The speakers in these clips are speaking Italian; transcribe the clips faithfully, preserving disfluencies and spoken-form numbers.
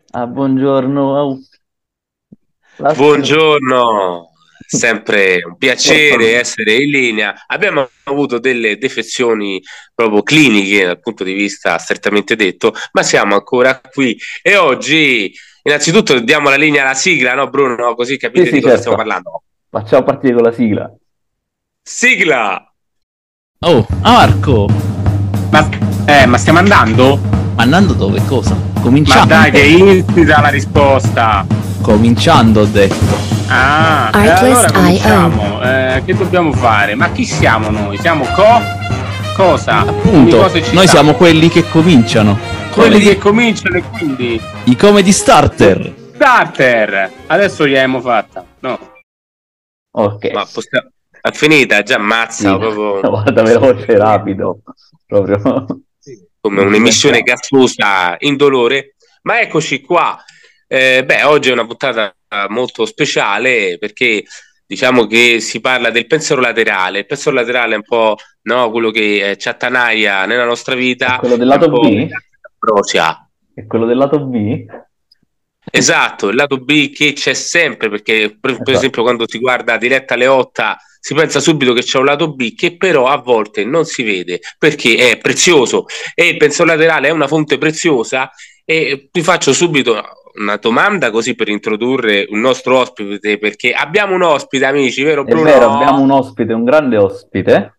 Ah, buongiorno. Au. Lascio. Buongiorno, sempre un piacere Portalo. essere in linea. Abbiamo avuto delle defezioni proprio cliniche dal punto di vista strettamente detto, ma siamo ancora qui e oggi innanzitutto diamo la linea alla sigla, no Bruno? Così Sì, capite di sì, cosa stiamo certo. parlando. Facciamo partire con la sigla. Sigla! Oh, ah, Marco! Ma, eh, ma stiamo andando? Ma andando dove? Cosa? Ma dai, che Cominciando! insita la risposta. Cominciando, ho detto. Ah, e allora Artlist punto io. cominciamo. Eh, che dobbiamo fare? Ma chi siamo noi? Siamo co? Cosa? Ogni Appunto, cosa ci noi sta. siamo quelli che cominciano. Quelli che Comedy, cominciano e quindi. i comedy starter. Starter! Adesso gliel'abbiamo fatta. No. Ok. Ma possiamo... È finita, già Sì. ammazza proprio Guarda, veloce, rapido. Proprio. come Non ci un'emissione pensiamo. gassosa indolore. Ma eccoci qua. Eh, beh, oggi è una puntata molto speciale perché diciamo che si parla del pensiero laterale. Il pensiero laterale è un po', no, quello che eh, ci attanaglia nella nostra È vita, quello del è un lato po' B? l'ambrosia. È quello del lato B? Esatto, il lato B che c'è sempre, perché per, per Esatto. esempio quando si guarda Diretta Leotta si pensa subito che c'è un lato B che però a volte non si vede perché è prezioso e il pensiero laterale è una fonte preziosa e ti faccio subito una domanda così per introdurre un nostro ospite perché abbiamo un ospite amici, vero È vero, abbiamo Bruno? un ospite, un grande ospite.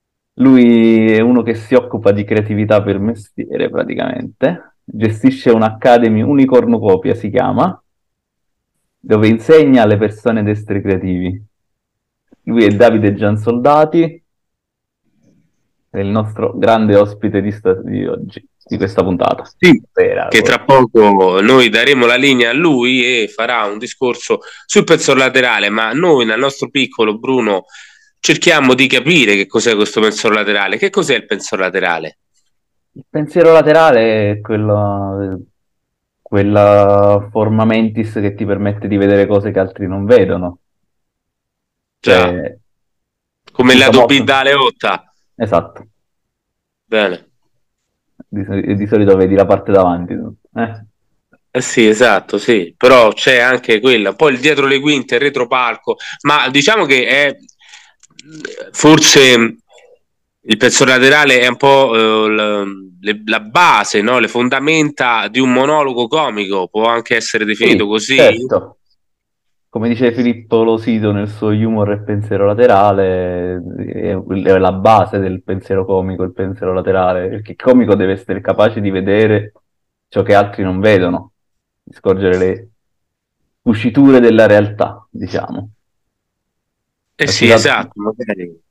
Lui è uno che si occupa di creatività per mestiere, praticamente. Gestisce un'Academy, Unicornucopia si chiama, dove insegna alle persone ad essere creativi. Lui è Davide Giansoldati, è il nostro grande ospite di, sta- di oggi, di questa puntata. Sì, Spera, che poi. tra poco noi daremo la linea a lui e farà un discorso sul pensiero laterale, ma noi nel nostro piccolo Bruno cerchiamo di capire che cos'è questo pensiero laterale. Che cos'è il pensiero laterale? Il pensiero laterale è quello, quella forma mentis che ti permette di vedere cose che altri non vedono. Già, Cioè, come si il usa lato B molto. da Aleotta. Esatto, Bene. di, soli- di solito vedi la parte davanti. Tu. Eh? Eh sì, esatto, sì, però c'è anche quella, poi il dietro le quinte, il retropalco, ma diciamo che è forse il pezzo laterale è un po' eh, la, le- la base, no? Le fondamenta di un monologo comico, può anche essere definito Sì, così. certo. Come dice Filippo Losido nel suo humor e pensiero laterale, è, è la base del pensiero comico, il pensiero laterale, perché il comico deve essere capace di vedere ciò che altri non vedono, di scorgere le usciture della realtà, diciamo. Eh Ha sì, citato- esatto, magari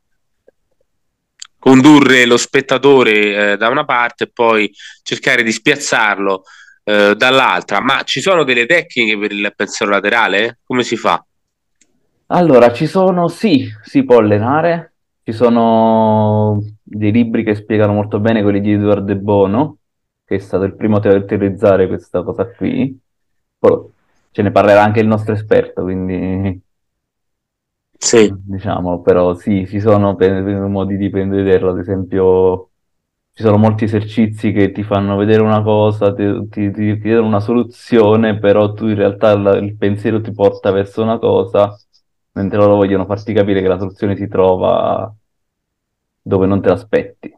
condurre lo spettatore eh, da una parte e poi cercare di spiazzarlo eh, dall'altra. Ma ci sono delle tecniche per il pensiero laterale? Come si fa? Allora, ci sono, sì, si può allenare, ci sono dei libri che spiegano molto bene, quelli di Edward De Bono, che è stato il primo a teorizzare questa cosa qui. Poi ce ne parlerà anche il nostro esperto, quindi Sì. diciamo, però sì, ci sono pe- pe- modi di vederlo, ad esempio ci sono molti esercizi che ti fanno vedere una cosa, ti, ti, ti chiedono una soluzione, però tu in realtà la- il pensiero ti porta verso una cosa, mentre loro vogliono farti capire che la soluzione si trova dove non te l'aspetti.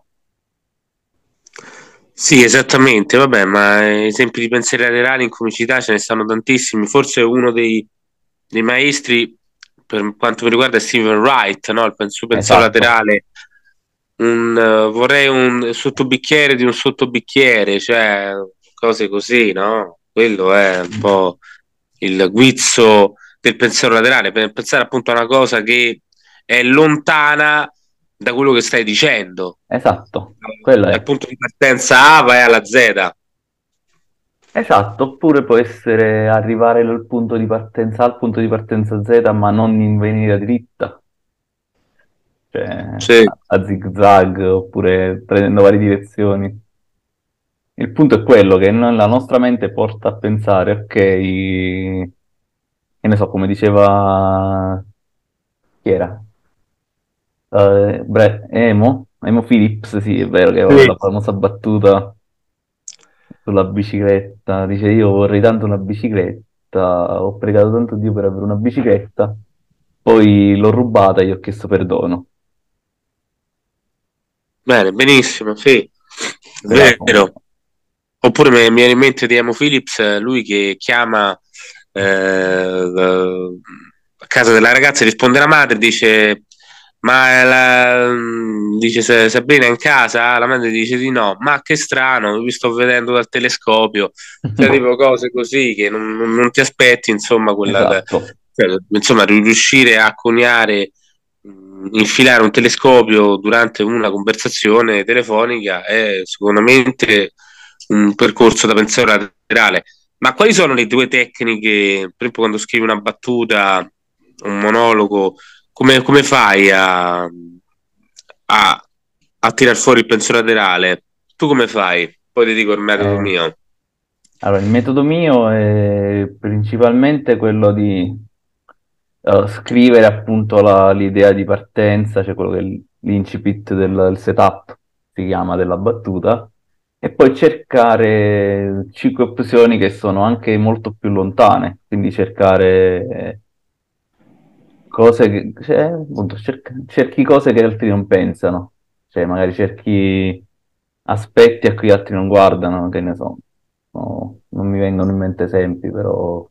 Sì, esattamente, vabbè, ma esempi di pensieri laterali in comicità ce ne stanno tantissimi. Forse uno dei, dei maestri, per quanto mi riguarda, è Steven Wright, no? Il pen- suo pensiero Esatto, laterale, un, eh, vorrei un sottobicchiere di un sottobicchiere, cioè cose così, no? Quello è un po' il guizzo del pensiero laterale, per pensare appunto a una cosa che è lontana da quello che stai dicendo. esatto, quello Dal è. punto di partenza A vai alla Z. Esatto, oppure può essere arrivare dal punto di partenza A al punto di partenza Z, ma non in venia dritta, cioè Sì. a, a zig-zag, oppure prendendo varie direzioni. Il punto è quello che non- la nostra mente porta a pensare, ok, che ne so, come diceva, chi era? Eh, Bre- Emo? Emo Phillips, sì, è vero che aveva Sì. la famosa battuta. sulla bicicletta, dice io vorrei tanto una bicicletta, ho pregato tanto Dio per avere una bicicletta, poi l'ho rubata e gli ho chiesto perdono. Bene, benissimo, sì, Bravo. vero. Oppure mi mi viene in mente di Emo Phillips, eh, lui che chiama eh, la- a casa della ragazza, risponde la madre, dice: Ma la, dice "Se- Sabrina è in casa?" La madre dice di no. Ma che strano, vi sto vedendo dal telescopio. Cioè, tipo cose così che non, non- non ti aspetti, insomma, quella, Esatto. cioè, insomma, riuscire a coniare, mh, infilare un telescopio durante una conversazione telefonica è sicuramente un percorso da pensiero laterale. Ma quali sono le due tecniche, per esempio, quando scrivi una battuta, un monologo, come, come fai a, a, a tirar fuori il pensiero laterale? Tu come fai? Poi ti dico il metodo Eh, mio. allora, il metodo mio è principalmente quello di eh, scrivere appunto la- l'idea di partenza, cioè quello che è l- l'incipit del il setup, si chiama, della battuta, e poi cercare cinque opzioni che sono anche molto più lontane, quindi cercare eh, cose che, cioè, appunto, cerca- cerchi cose che altri non pensano, cioè magari cerchi aspetti a cui altri non guardano, che ne so. No, non mi vengono in mente esempi, però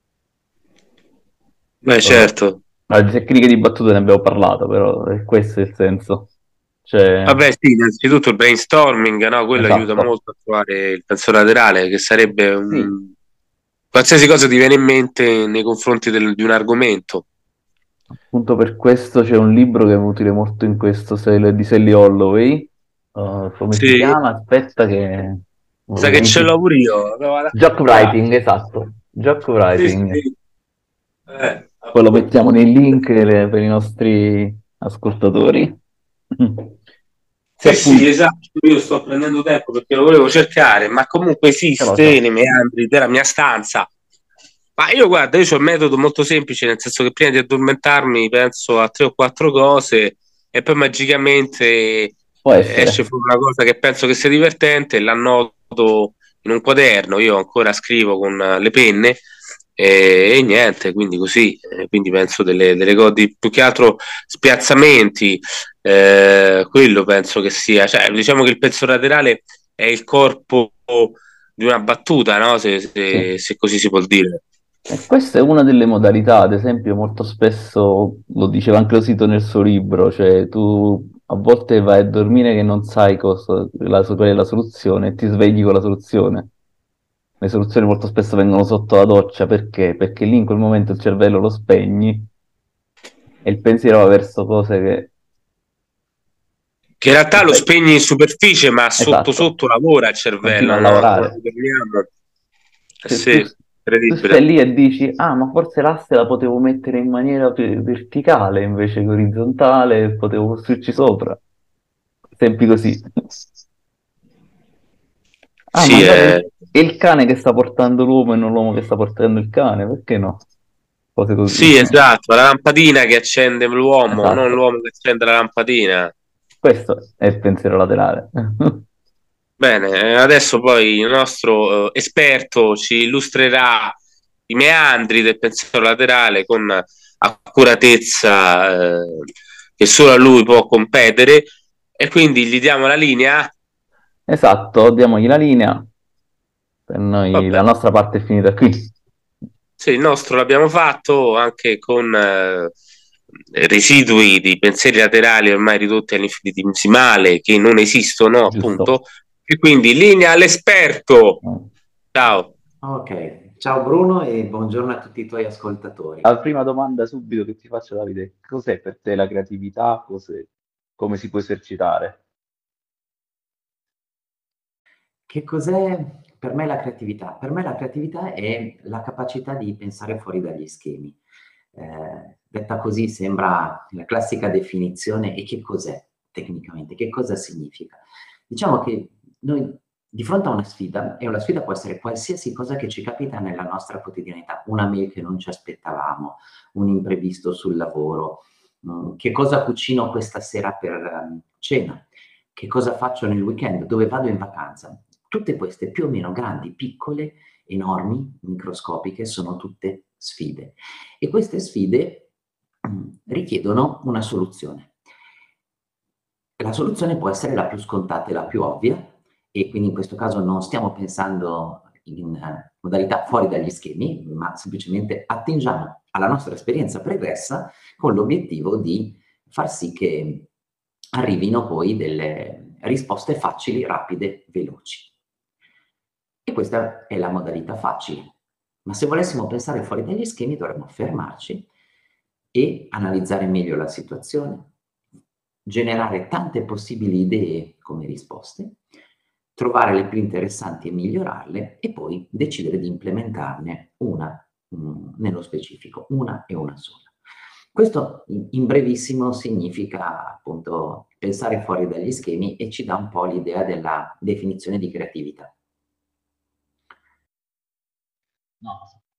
Beh, eh, certo. ma di tecniche di battuta ne abbiamo parlato, però è questo il senso. Cioè, Vabbè, sì, innanzitutto il brainstorming, no? Quello aiuta esatto. molto a trovare il pensiero laterale, che sarebbe Sì, un... qualsiasi cosa ti viene in mente nei confronti del- di un argomento. appunto per questo c'è un libro che è utile molto in questo, se- di Sally Holloway. Uh, come si Sì, chiama? Aspetta che... sa che ce l'ho Writing. pure io, lo vado a Joke comprare. writing, esatto. Joke Sì, writing. sì. Eh, Poi lo appunto. mettiamo nei link le- per i nostri ascoltatori. Che Sì, sì, appunto... esatto, io sto prendendo tempo perché lo volevo cercare, ma comunque Ce l'ho, ce esiste l'ho. nei meandri della mia stanza. Ma io guarda, io ho un metodo molto semplice, nel senso che prima di addormentarmi penso a tre o quattro cose e poi magicamente eh, Può esce essere. fuori una cosa che penso che sia divertente, l'annoto in un quaderno, io ancora scrivo con eh, le penne e, e niente, quindi così, eh, quindi penso delle, delle cose, di- più che altro spiazzamenti, eh, quello penso che sia, cioè diciamo che il pezzo laterale è il corpo di una battuta, no? Se, Sì. se se così si può dire. E questa è una delle modalità, ad esempio, molto spesso lo diceva anche Osito nel suo libro, cioè tu a volte vai a dormire che non sai cosa, la, qual è la soluzione e ti svegli con la soluzione. Le soluzioni molto spesso vengono sotto la doccia, perché? Perché lì in quel momento il cervello lo spegni e il pensiero va verso cose che... Che in realtà lo spegni in superficie, ma sotto Esatto, sotto lavora il continua a cervello, no? Quando lavorare. dormiamo. Eh Cioè, tu, sì, tu stai incredibile. lì e dici, ah, ma forse l'asse la potevo mettere in maniera più verticale invece che orizzontale, e potevo costruirci sopra. Esempi così. Ah, Sì, magari è... è il cane che sta portando l'uomo e non l'uomo che sta portando il cane, perché no? Cose così. sì, esatto, la lampadina che accende l'uomo, non Esatto, l'uomo che accende la lampadina. questo è il pensiero laterale. Bene, eh, adesso poi il nostro eh, esperto ci illustrerà i meandri del pensiero laterale con accuratezza eh, che solo a lui può competere e quindi gli diamo la linea. Esatto, diamogli la linea, per noi Vabbè. la nostra parte è finita qui. Sì, il nostro l'abbiamo fatto anche con eh, residui di pensieri laterali ormai ridotti all'infinitesimale che non esistono, Giusto. appunto. E quindi linea all'esperto. Ciao. Ok, ciao Bruno e buongiorno a tutti i tuoi ascoltatori. La prima domanda subito che ti faccio, Davide, cos'è per te la creatività? Cos'è- Come si può esercitare? Che cos'è per me la creatività? Per me la creatività è la capacità di pensare fuori dagli schemi. Eh, detta così sembra la classica definizione, e che cos'è tecnicamente? Che cosa significa? Diciamo che noi di fronte a una sfida, e una sfida può essere qualsiasi cosa che ci capita nella nostra quotidianità, una mail che non ci aspettavamo, un imprevisto sul lavoro, mh, che cosa cucino questa sera per um, cena, che cosa faccio nel weekend, dove vado in vacanza. tutte queste più o meno grandi, piccole, enormi, microscopiche, sono tutte sfide. E queste sfide mh, richiedono una soluzione. La soluzione può essere la più scontata e la più ovvia, e quindi in questo caso non stiamo pensando in eh, modalità fuori dagli schemi, ma semplicemente attingiamo alla nostra esperienza pregressa con l'obiettivo di far sì che arrivino poi delle risposte facili, rapide, veloci. E questa è la modalità facile. Ma se volessimo pensare fuori dagli schemi dovremmo fermarci e analizzare meglio la situazione, generare tante possibili idee come risposte, trovare le più interessanti e migliorarle e poi decidere di implementarne una mh, nello specifico, una e una sola. Questo in, in brevissimo significa appunto pensare fuori dagli schemi e ci dà un po' l'idea della definizione di creatività. No.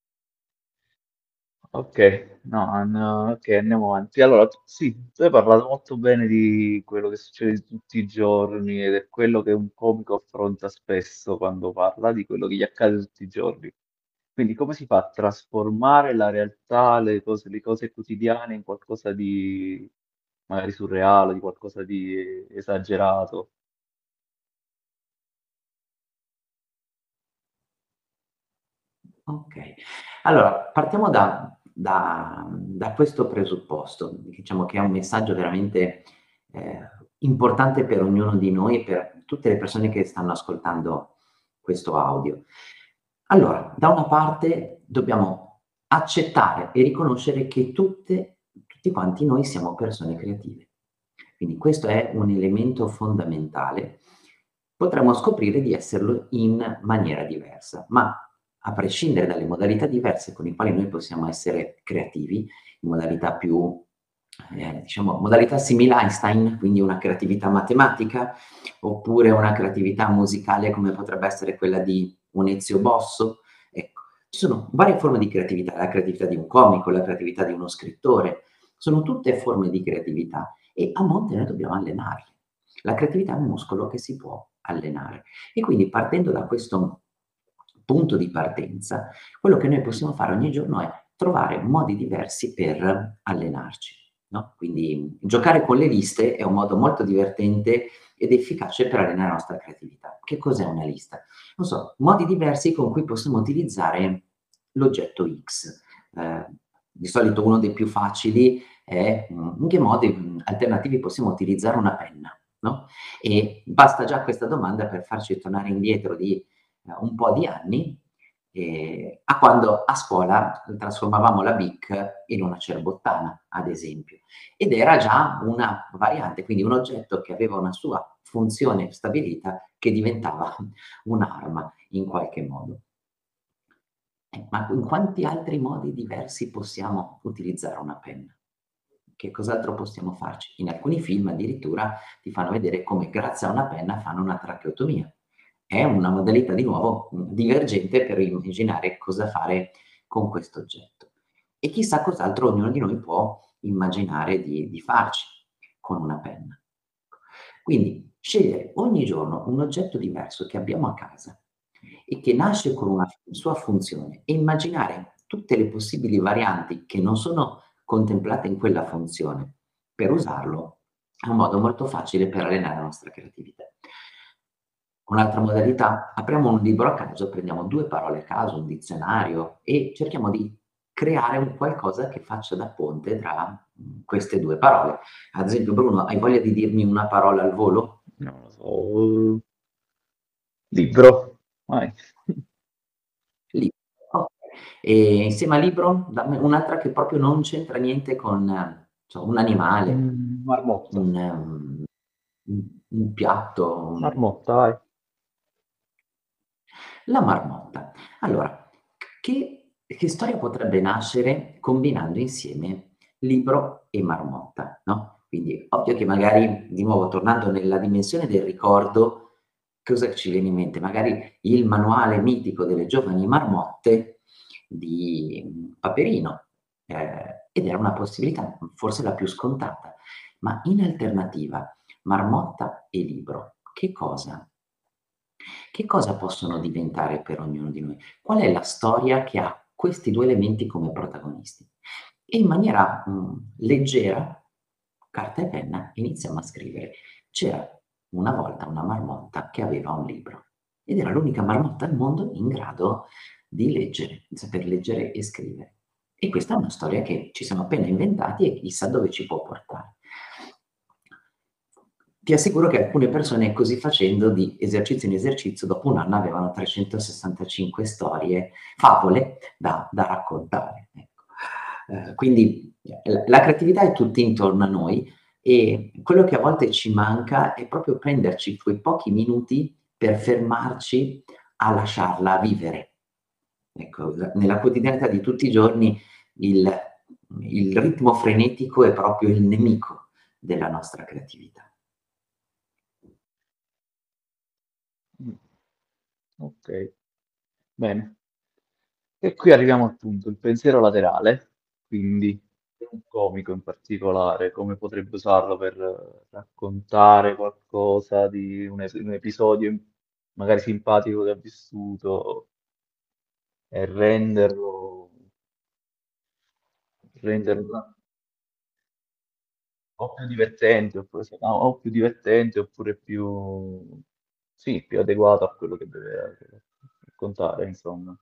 Ok, no, no, ok, andiamo avanti. Allora, tu- sì, tu hai parlato molto bene di quello che succede tutti i giorni ed è quello che un comico affronta spesso quando parla di quello che gli accade tutti i giorni. Quindi come si fa a trasformare la realtà, le cose, le cose quotidiane in qualcosa di magari surreale, di qualcosa di esagerato? Ok, allora partiamo da, da- da questo presupposto, diciamo che è un messaggio veramente eh, importante per ognuno di noi e per tutte le persone che stanno ascoltando questo audio. Allora, da una parte dobbiamo accettare e riconoscere che tutte, tutti quanti noi siamo persone creative. Quindi questo è un elemento fondamentale. Potremmo scoprire di esserlo in maniera diversa, ma a prescindere dalle modalità diverse con le quali noi possiamo essere creativi, in modalità più, eh, diciamo, modalità simile a Einstein, quindi una creatività matematica, oppure una creatività musicale come potrebbe essere quella di un Ezio Bosso. Ecco, ci sono varie forme di creatività, la creatività di un comico, la creatività di uno scrittore, sono tutte forme di creatività e a monte noi dobbiamo allenarle. La creatività è un muscolo che si può allenare e quindi partendo da questo punto di partenza, quello che noi possiamo fare ogni giorno è trovare modi diversi per allenarci. No? Quindi giocare con le liste è un modo molto divertente ed efficace per allenare la nostra creatività. Che cos'è una lista? Non so, modi diversi con cui possiamo utilizzare l'oggetto X. Eh, di solito uno dei più facili è mh, in che modi mh, alternativi possiamo utilizzare una penna, no? E basta già questa domanda per farci tornare indietro di eh, un po' di anni eh, a quando a scuola trasformavamo la Bic in una cerbottana, ad esempio, ed era già una variante, quindi un oggetto che aveva una sua funzione stabilita che diventava un'arma in qualche modo. Eh, ma in quanti altri modi diversi possiamo utilizzare una penna? Che cos'altro possiamo farci? In alcuni film addirittura ti fanno vedere come grazie a una penna fanno una tracheotomia. È una modalità di nuovo mh, divergente per immaginare cosa fare con questo oggetto. E chissà cos'altro ognuno di noi può immaginare di, di farci con una penna. Quindi scegliere ogni giorno un oggetto diverso che abbiamo a casa e che nasce con una sua funzione e immaginare tutte le possibili varianti che non sono contemplate in quella funzione per usarlo è un modo molto facile per allenare la nostra creatività. Un'altra modalità, apriamo un libro a caso, prendiamo due parole a caso, un dizionario e cerchiamo di creare un qualcosa che faccia da ponte tra mh, queste due parole. Ad esempio, Bruno, hai voglia di dirmi una parola al volo? Non lo so. Libro. Vai. Libro. Ok. E insieme a libro, dammi un'altra che proprio non c'entra niente con eh, cioè, un animale, Mm, marmotta. un, um, un- un piatto, un- Marmotta, vai. la marmotta. Allora, che, che storia potrebbe nascere combinando insieme libro e marmotta, no? Quindi, ovvio che magari, di nuovo, tornando nella dimensione del ricordo, cosa ci viene in mente? Magari il manuale mitico delle giovani marmotte di mm, Paperino, eh, ed era una possibilità, forse la più scontata. Ma in alternativa, marmotta e libro, che cosa Che cosa possono diventare per ognuno di noi? Qual è la storia che ha questi due elementi come protagonisti? E in maniera mh, leggera, carta e penna, iniziamo a scrivere. C'era una volta una marmotta che aveva un libro ed era l'unica marmotta al mondo in grado di leggere, di saper leggere e scrivere. E questa è una storia che ci siamo appena inventati e chissà dove ci può portare. Ti assicuro che alcune persone così facendo, di esercizio in esercizio, dopo un anno avevano trecentosessantacinque storie, favole da, da raccontare. Ecco. Eh, quindi la, la creatività è tutta intorno a noi e quello che a volte ci manca è proprio prenderci quei pochi minuti per fermarci a lasciarla vivere. Ecco, nella quotidianità di tutti i giorni il, il ritmo frenetico è proprio il nemico della nostra creatività. Ok, bene. E qui arriviamo al punto, il pensiero laterale, quindi un comico in particolare, come potrebbe usarlo per eh, raccontare qualcosa di un, es- un episodio magari simpatico che ha vissuto e renderlo, renderlo o più divertente, oppure, se- no, o più divertente, oppure più, sì, più adeguato a quello che deve raccontare, insomma.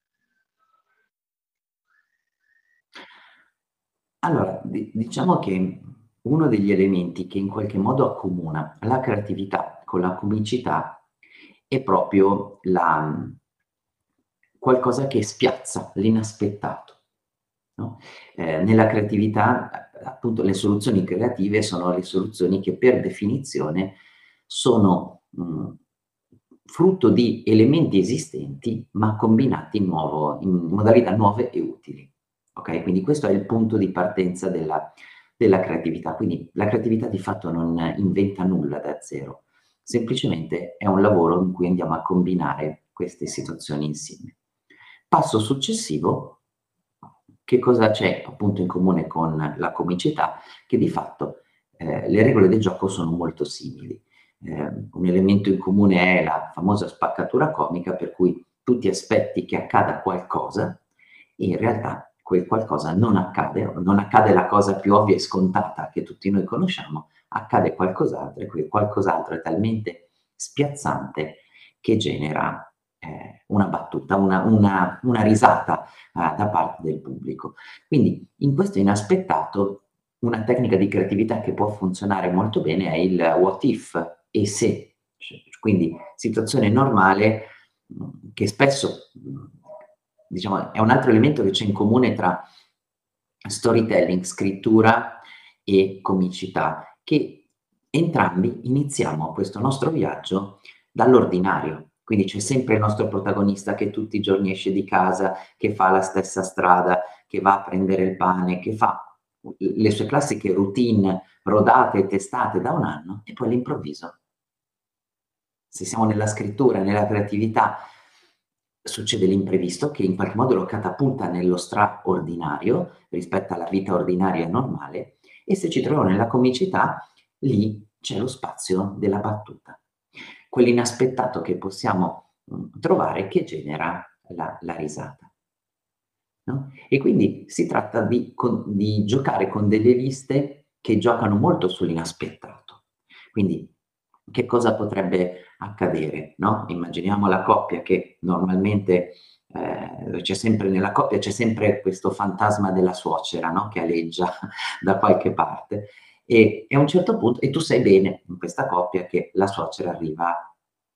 Allora, di- diciamo che uno degli elementi che in qualche modo accomuna la creatività con la comicità è proprio la, qualcosa che spiazza, l'inaspettato. No? Eh, nella creatività, appunto, le soluzioni creative sono le soluzioni che per definizione sono mh, frutto di elementi esistenti ma combinati in, nuovo, in modalità nuove e utili. Ok? Quindi questo è il punto di partenza della, della creatività. Quindi la creatività di fatto non inventa nulla da zero, semplicemente è un lavoro in cui andiamo a combinare queste situazioni insieme. Passo successivo, che cosa c'è appunto in comune con la comicità? Che di fatto eh, le regole del gioco sono molto simili. Eh, un elemento in comune è la famosa spaccatura comica, per cui tu ti aspetti che accada qualcosa e in realtà quel qualcosa non accade, non accade la cosa più ovvia e scontata che tutti noi conosciamo, accade qualcos'altro e quel qualcos'altro è talmente spiazzante che genera eh, una battuta, una, una, una risata eh, da parte del pubblico. Quindi in questo inaspettato una tecnica di creatività che può funzionare molto bene è il what if e se, quindi situazione normale che spesso diciamo è un altro elemento che c'è in comune tra storytelling, scrittura e comicità, che entrambi iniziamo questo nostro viaggio dall'ordinario. Quindi c'è sempre il nostro protagonista che tutti i giorni esce di casa, che fa la stessa strada, che va a prendere il pane, che fa le sue classiche routine rodate e testate da un anno e poi all'improvviso, se siamo nella scrittura, nella creatività, succede l'imprevisto che in qualche modo lo catapulta nello straordinario rispetto alla vita ordinaria e normale, e se ci troviamo nella comicità, lì c'è lo spazio della battuta, quell'inaspettato che possiamo mh, trovare che genera la, la risata. No? E quindi si tratta di, con, di giocare con delle liste che giocano molto sull'inaspettato. Quindi che cosa potrebbe accadere? No? Immaginiamo la coppia che normalmente eh, c'è sempre nella coppia c'è sempre questo fantasma della suocera, no? Che aleggia da qualche parte. E, e a un certo punto, e tu sai bene in questa coppia che la suocera arriva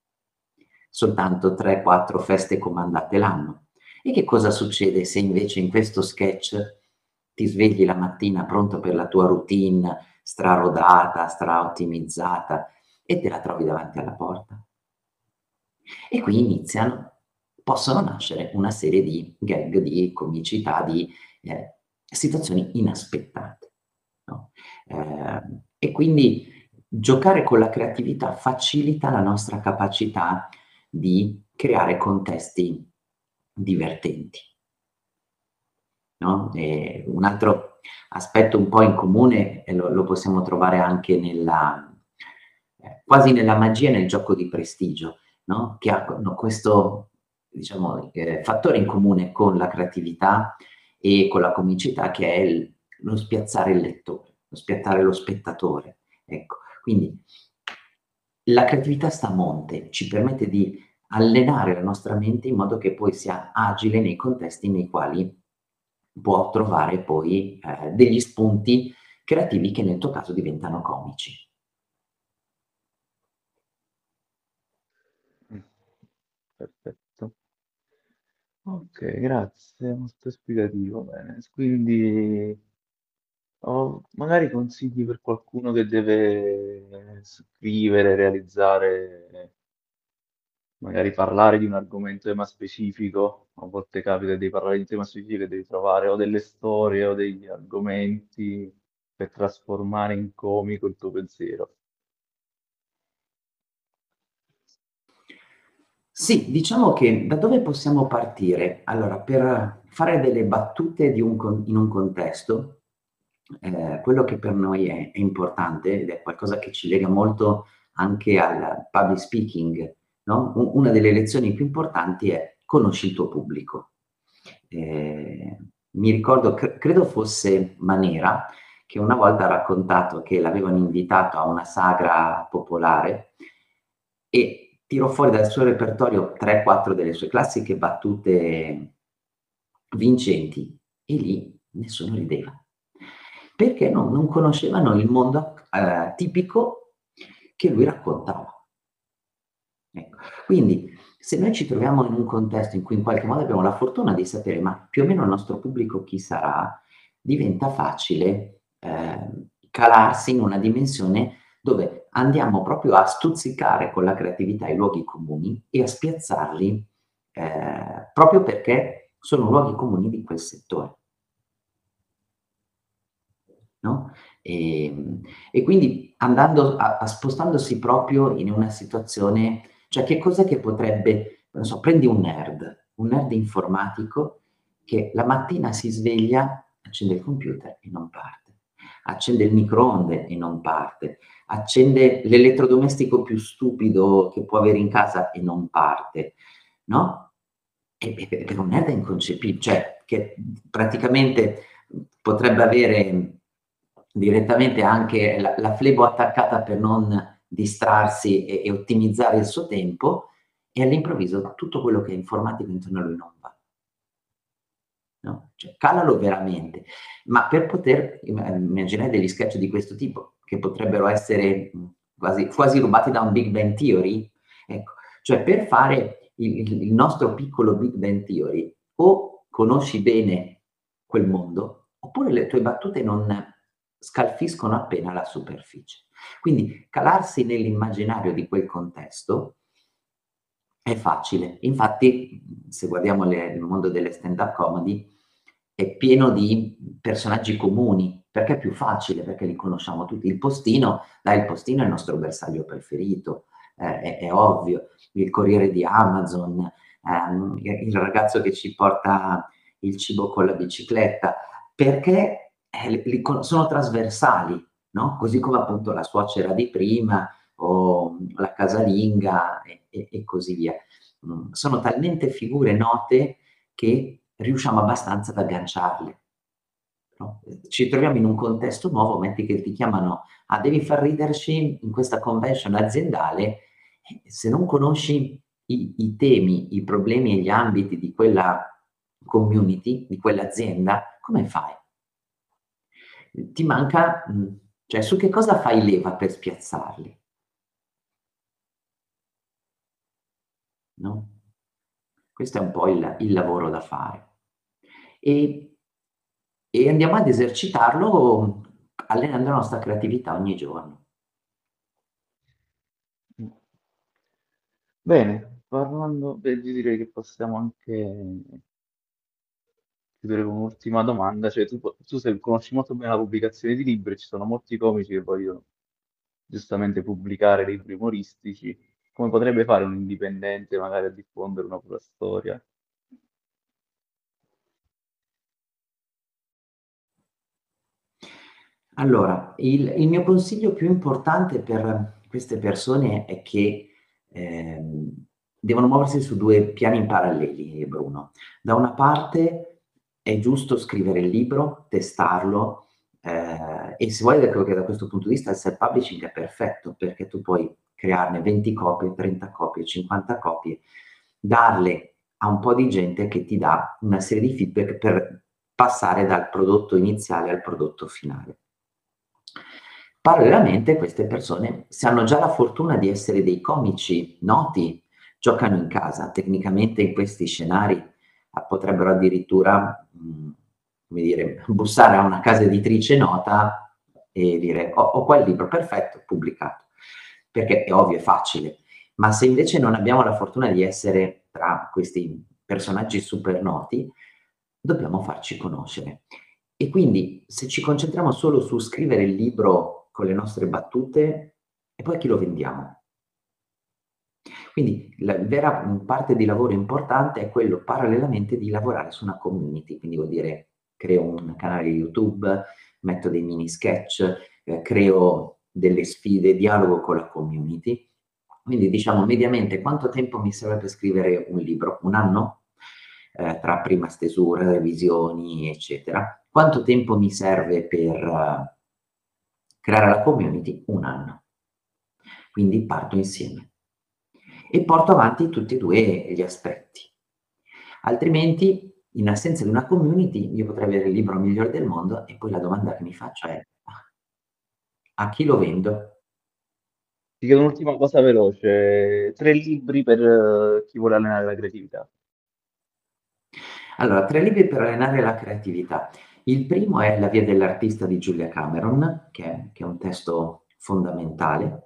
soltanto tre quattro feste comandate l'anno. E che cosa succede se invece in questo sketch ti svegli la mattina pronto per la tua routine strarodata, straottimizzata e te la trovi davanti alla porta? E qui iniziano, possono nascere una serie di gag, di comicità, di eh, situazioni inaspettate. No? Eh, e quindi giocare con la creatività facilita la nostra capacità di creare contesti divertenti. No? E un altro aspetto un po' in comune e lo, lo possiamo trovare anche nella, eh, quasi nella magia nel gioco di prestigio, no? Che hanno questo, diciamo, eh, fattore in comune con la creatività e con la comicità, che è il, lo spiazzare il lettore, lo spiazzare lo spettatore. Ecco, quindi la creatività sta a monte, ci permette di allenare la nostra mente in modo che poi sia agile nei contesti nei quali può trovare poi eh, degli spunti creativi che nel tuo caso diventano comici. Perfetto. Ok, grazie, molto esplicativo. Bene. Quindi ho magari consigli per qualcuno che deve scrivere, realizzare, magari parlare di un argomento tema specifico. A volte capita di parlare di un tema specifico e devi trovare o delle storie o degli argomenti per trasformare in comico il tuo pensiero. Sì, diciamo che da dove possiamo partire? Allora, per fare delle battute di un con- in un contesto, eh, quello che per noi è, è importante, ed è qualcosa che ci lega molto anche al public speaking, no? U- Una delle lezioni più importanti è conosci il tuo pubblico. Eh, mi ricordo, cre- credo fosse Manera, che una volta ha raccontato che l'avevano invitato a una sagra popolare e tirò fuori dal suo repertorio tre quattro delle sue classiche battute vincenti e lì nessuno rideva, perché non, non conoscevano il mondo eh, tipico che lui raccontava. Ecco. Quindi, se noi ci troviamo in un contesto in cui in qualche modo abbiamo la fortuna di sapere ma più o meno il nostro pubblico chi sarà, diventa facile eh, calarsi in una dimensione dove andiamo proprio a stuzzicare con la creatività i luoghi comuni e a spiazzarli eh, proprio perché sono luoghi comuni di quel settore. No? E, e quindi andando a, a spostandosi proprio in una situazione, cioè che cos'è che potrebbe, non so, prendi un nerd, un nerd informatico che la mattina si sveglia, accende il computer e non parte, accende il microonde e non parte, accende l'elettrodomestico più stupido che può avere in casa e non parte, no? E, e per un nerd è inconcepibile, cioè che praticamente potrebbe avere direttamente anche la, la flebo attaccata per non distrarsi e, e ottimizzare il suo tempo, e all'improvviso tutto quello che è informatico intorno a lui non va. No? Cioè, calalo veramente, ma per poter immaginare degli sketch di questo tipo, che potrebbero essere quasi, quasi rubati da un Big Bang Theory, ecco, cioè per fare il, il nostro piccolo Big Bang Theory, o conosci bene quel mondo, oppure le tue battute non scalfiscono appena la superficie. Quindi calarsi nell'immaginario di quel contesto è facile. Infatti, se guardiamo le, il mondo delle stand-up comedy, è pieno di personaggi comuni, perché è più facile, perché li conosciamo tutti. Il postino, dai, il postino è il nostro bersaglio preferito, eh, è, è ovvio. Il corriere di Amazon, ehm, il ragazzo che ci porta il cibo con la bicicletta, perché eh, li, li, sono trasversali, no? Così come appunto la suocera di prima o la casalinga e, e, e così via. Mm, sono talmente figure note che riusciamo abbastanza ad agganciarle. No? Ci troviamo in un contesto nuovo, metti che ti chiamano, ah, devi far riderci in questa convention aziendale, e se non conosci i, i temi, i problemi e gli ambiti di quella community, di quell'azienda, come fai? Ti manca, cioè su che cosa fai leva per spiazzarli? No? Questo è un po' il, il lavoro da fare. E, e andiamo ad esercitarlo allenando la nostra creatività ogni giorno. Bene, parlando, beh, io direi che possiamo anche chiudere con un'ultima domanda. Cioè, tu, tu se conosci molto bene la pubblicazione di libri, ci sono molti comici che vogliono giustamente pubblicare libri umoristici. Come potrebbe fare un indipendente magari a diffondere una propria storia? Allora, il, il mio consiglio più importante per queste persone è che ehm, devono muoversi su due piani paralleli, Bruno. Da una parte è giusto scrivere il libro, testarlo, eh, e se vuoi che da questo punto di vista il self-publishing è perfetto, perché tu puoi crearne venti copie, trenta copie, cinquanta copie, darle a un po' di gente che ti dà una serie di feedback per passare dal prodotto iniziale al prodotto finale. Parallelamente queste persone, se hanno già la fortuna di essere dei comici noti, giocano in casa. Tecnicamente in questi scenari eh, potrebbero addirittura mh, come dire, bussare a una casa editrice nota e dire ho, ho qua il libro, perfetto, pubblicato, perché è ovvio, è facile. Ma se invece non abbiamo la fortuna di essere tra questi personaggi super noti, dobbiamo farci conoscere. E quindi se ci concentriamo solo su scrivere il libro con le nostre battute, e poi a chi lo vendiamo? Quindi la vera parte di lavoro importante è quello parallelamente di lavorare su una community, quindi vuol dire creo un canale YouTube, metto dei mini sketch, eh, creo delle sfide, dialogo con la community. Quindi diciamo mediamente quanto tempo mi serve per scrivere un libro? Un anno? Eh, tra prima stesura, revisioni, eccetera. Quanto tempo mi serve per uh, creare la community? Un anno. Quindi parto insieme e porto avanti tutti e due gli aspetti. Altrimenti, in assenza di una community, io potrei avere il libro migliore del mondo e poi la domanda che mi faccio è: a chi lo vendo? Ti chiedo un'ultima cosa veloce, tre libri per uh, chi vuole allenare la creatività. Allora, tre libri per allenare la creatività. Il primo è La via dell'artista di Julia Cameron, che è, che è un testo fondamentale.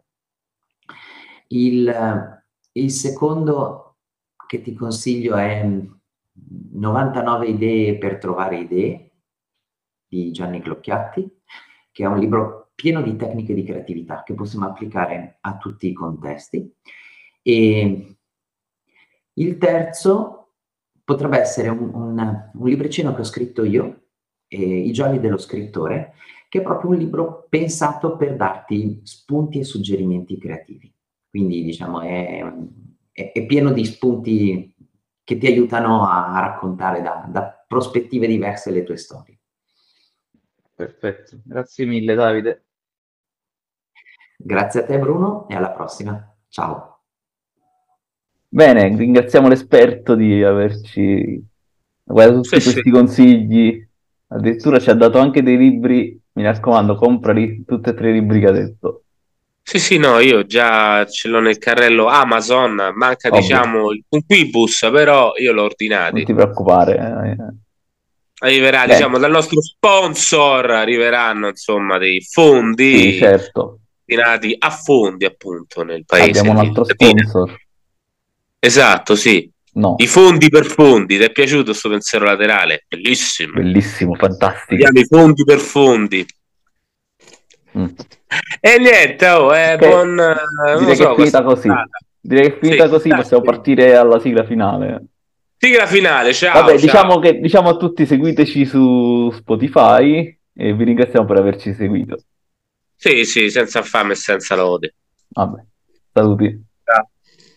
Il, il secondo che ti consiglio è novantanove idee per trovare idee, di Gianni Clocchiatti, che è un libro pieno di tecniche di creatività che possiamo applicare a tutti i contesti. E il terzo potrebbe essere un, un, un libricino che ho scritto io, eh, I gialli dello scrittore, che è proprio un libro pensato per darti spunti e suggerimenti creativi. Quindi diciamo è, è, è pieno di spunti che ti aiutano a, a raccontare da, da prospettive diverse le tue storie. Perfetto, grazie mille Davide. Grazie a te Bruno e alla prossima. Ciao. Bene, ringraziamo l'esperto di averci guardato tutti Sì, questi sì. consigli, addirittura ci ha dato anche dei libri, mi raccomando, comprali tutti e tre i libri che ha detto. Sì, sì, no, io già ce l'ho nel carrello Amazon, manca Ovvio. diciamo un Quibus, però io l'ho Non ordinati. ti preoccupare. eh. Arriverà, Bene. diciamo, dal nostro sponsor arriveranno insomma dei fondi Sì, certo. destinati a fondi appunto nel paese. Abbiamo un di altro Latina. sponsor. Esatto, sì. No, I fondi per fondi, ti è piaciuto sto pensiero laterale? Bellissimo. bellissimo, fantastico. Vediamo i fondi per fondi. Mm. E niente, oh, è Ok, buon. eh, non direi lo che so, è finita questa così. puntata. Direi che è finita Sì, così, dai, possiamo sì. partire alla sigla finale. Sigla finale, ciao. Vabbè, ciao. diciamo che diciamo a tutti seguiteci su Spotify e vi ringraziamo per averci seguito. Sì, sì, senza fame e senza lode. Vabbè, saluti. Ciao.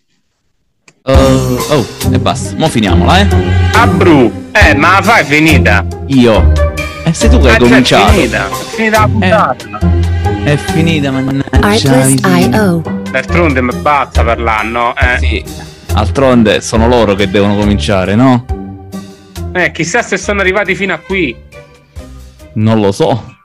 Uh, oh, e basta. Mo' finiamola, eh? Ah, Bru, eh, ma la fai finita? Io. E sei tu che hai Ah, già è cominciato. finita, è finita la puntata. È finita, mannaggia. Artlist I O. D'altronde mi basta parlare, no? Eh, Sì. Altronde sono loro che devono cominciare, no? eh, chissà se sono arrivati fino a qui. Non lo so.